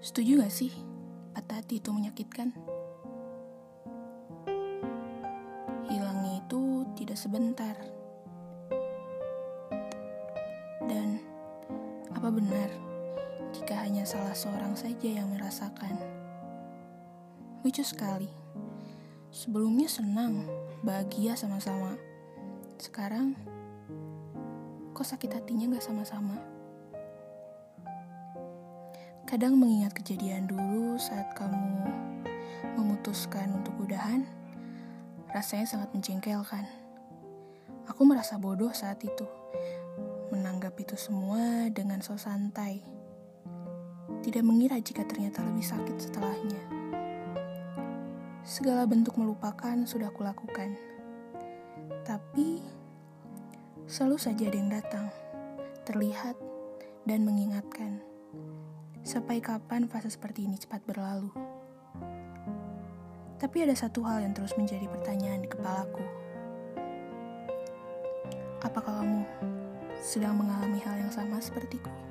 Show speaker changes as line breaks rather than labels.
Setuju gak sih, patah hati itu menyakitkan? Hilangnya itu tidak sebentar. Dan apa benar jika hanya salah seorang saja yang merasakan? Lucu sekali. Sebelumnya senang, bahagia sama-sama. Sekarang, kok sakit hatinya gak sama-sama? Kadang mengingat kejadian dulu saat kamu memutuskan untuk udahan, rasanya sangat menjengkelkan. Aku merasa bodoh saat itu, menanggap itu semua dengan so santai. Tidak mengira jika ternyata lebih sakit setelahnya. Segala bentuk melupakan sudah kulakukan. Tapi, selalu saja ada yang datang, terlihat, dan mengingatkan. Sampai kapan fase seperti ini cepat berlalu? Tapi ada satu hal yang terus menjadi pertanyaan di kepalaku. Apakah kamu sedang mengalami hal yang sama sepertiku?